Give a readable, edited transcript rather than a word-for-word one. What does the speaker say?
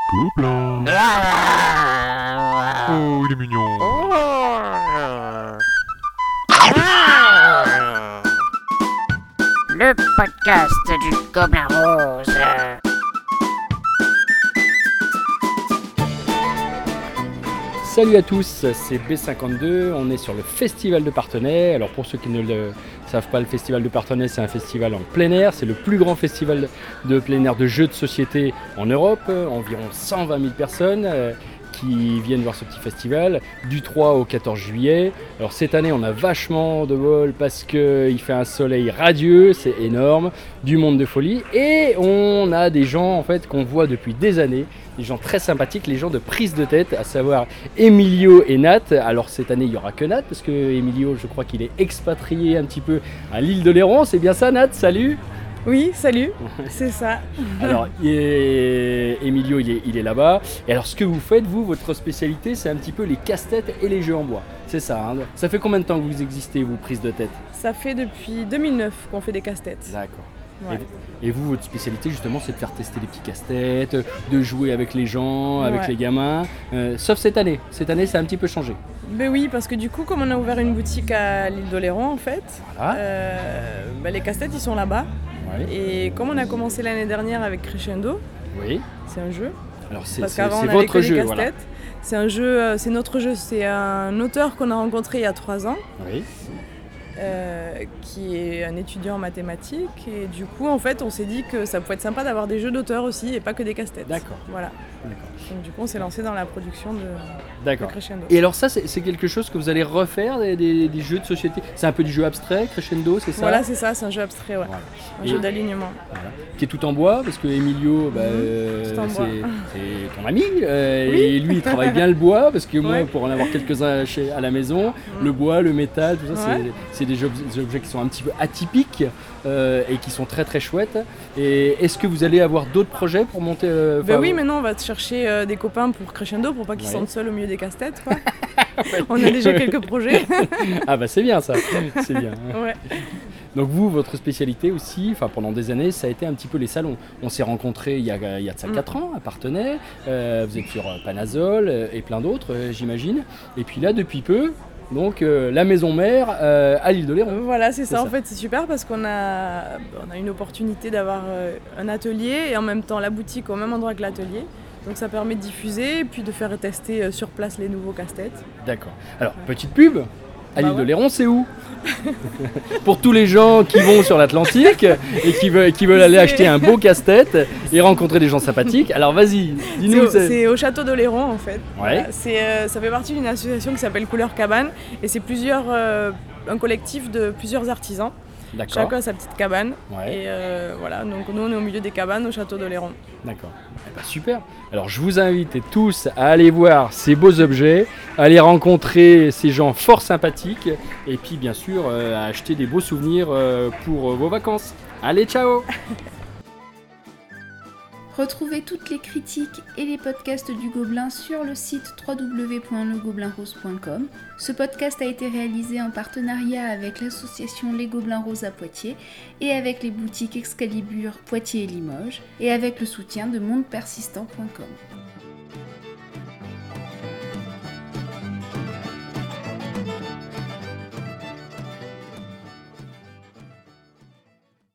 Gobelin. Oh, il est mignon. Le podcast du Gobelin Rose. Salut à tous, c'est B52, on est sur le Festival de Parthenay. Alors pour ceux qui ne le savent pas, le Festival de Parthenay, c'est un festival en plein air, c'est le plus grand festival de plein air de jeux de société en Europe, environ 120 000 personnes qui viennent voir ce petit festival du 3 au 14 juillet. Alors cette année on a vachement de bol parce qu'il fait un soleil radieux, c'est énorme, du monde de folie et on a des gens en fait qu'on voit depuis des années, des gens très sympathiques, les gens de prise de tête, à savoir Emilio et Nat. Alors cette année il n'y aura que Nat parce que Emilio je crois qu'il est expatrié un petit peu à l'île de Léron, c'est bien ça Nat? Salut. Oui, salut, c'est ça. Alors, Emilio, il est là-bas. Et alors, ce que vous faites, vous, votre spécialité, c'est un petit peu les casse-têtes et les jeux en bois. C'est ça, hein. Ça fait combien de temps que vous existez, vous, prise de tête? Ça fait depuis 2009 qu'on fait des casse-têtes. D'accord. Ouais. Et vous, votre spécialité, justement, c'est de faire tester les petits casse-têtes, de jouer avec les gens, avec les gamins. Sauf cette année. Cette année, ça a un petit peu changé. Ben oui, parce que du coup, comme on a ouvert une boutique à l'île d'Oléron, en fait, Voilà. Les casse-têtes, ils sont là-bas. Ouais. Et comme on a commencé l'année dernière avec Crescendo, Oui. c'est un jeu. Alors, c'est Parce qu'avant, on avait votre que des jeu, casse-têtes. voilà. C'est un jeu, c'est notre jeu. C'est un auteur qu'on a rencontré il y a 3 ans. Oui. Qui est un étudiant en mathématiques et du coup en fait on s'est dit que ça pouvait être sympa d'avoir des jeux d'auteur aussi et pas que des casse-têtes. D'accord. Voilà. D'accord. Donc du coup on s'est lancé dans la production de D'accord. Crescendo. Et alors ça, c'est quelque chose que vous allez refaire, des jeux de société. C'est un peu du jeu abstrait, Crescendo, c'est ça? Voilà, c'est ça, c'est un jeu abstrait, ouais. Voilà. Un Et- jeu d'alignement. Voilà. Qui est tout en bois, parce que Emilio, Tout en bois. c'est ton ami, Oui. et lui il travaille bien le bois, parce que moi, Ouais. pour en avoir quelques-uns à la maison, le bois, le métal, tout ça, Ouais. c'est des objets qui sont un petit peu atypiques et qui sont très très chouettes. Et est-ce que vous allez avoir d'autres projets pour monter Ben oui, maintenant on va chercher des copains pour Crescendo pour pas qu'ils Ouais. se sentent seuls au milieu des casse-têtes, quoi. On a déjà quelques projets. Ah bah c'est bien ça, c'est bien. Ouais. Donc vous, votre spécialité aussi, pendant des années, ça a été un petit peu les salons. On s'est rencontrés il y a de ça 4 ans à Parthenay, vous êtes sur Panazol et plein d'autres, j'imagine. Et puis là, depuis peu, donc la maison mère à l'île d'Oléron. Voilà, c'est C'est ça. ça. En fait, c'est super parce qu'on a une opportunité d'avoir un atelier et en même temps la boutique au même endroit que l'atelier. Donc ça permet de diffuser et puis de faire tester sur place les nouveaux casse-têtes. D'accord. Alors, petite pub, à Bah l'île ouais. d'Oléron, c'est où? Pour tous les gens qui vont sur l'Atlantique et qui veulent aller C'est- acheter un beau casse-tête et rencontrer des gens sympathiques. Alors vas-y, dis-nous. C'est au château d'Oléron en fait. Ouais. Voilà, ça fait partie d'une association qui s'appelle Couleur Cabane et c'est un collectif de plusieurs artisans. D'accord. Chacun a sa petite cabane. Ouais. Et voilà, donc nous on est au milieu des cabanes au château d'Oléron. D'accord. Eh ben, super. Alors je vous invite tous à aller voir ces beaux objets, à aller rencontrer ces gens fort sympathiques et puis bien sûr à acheter des beaux souvenirs pour vos vacances. Allez, ciao. Retrouvez toutes les critiques et les podcasts du Gobelin sur le site www.legoblinrose.com. Ce podcast a été réalisé en partenariat avec l'association Les Gobelins Roses à Poitiers et avec les boutiques Excalibur, Poitiers et Limoges et avec le soutien de mondepersistant.com.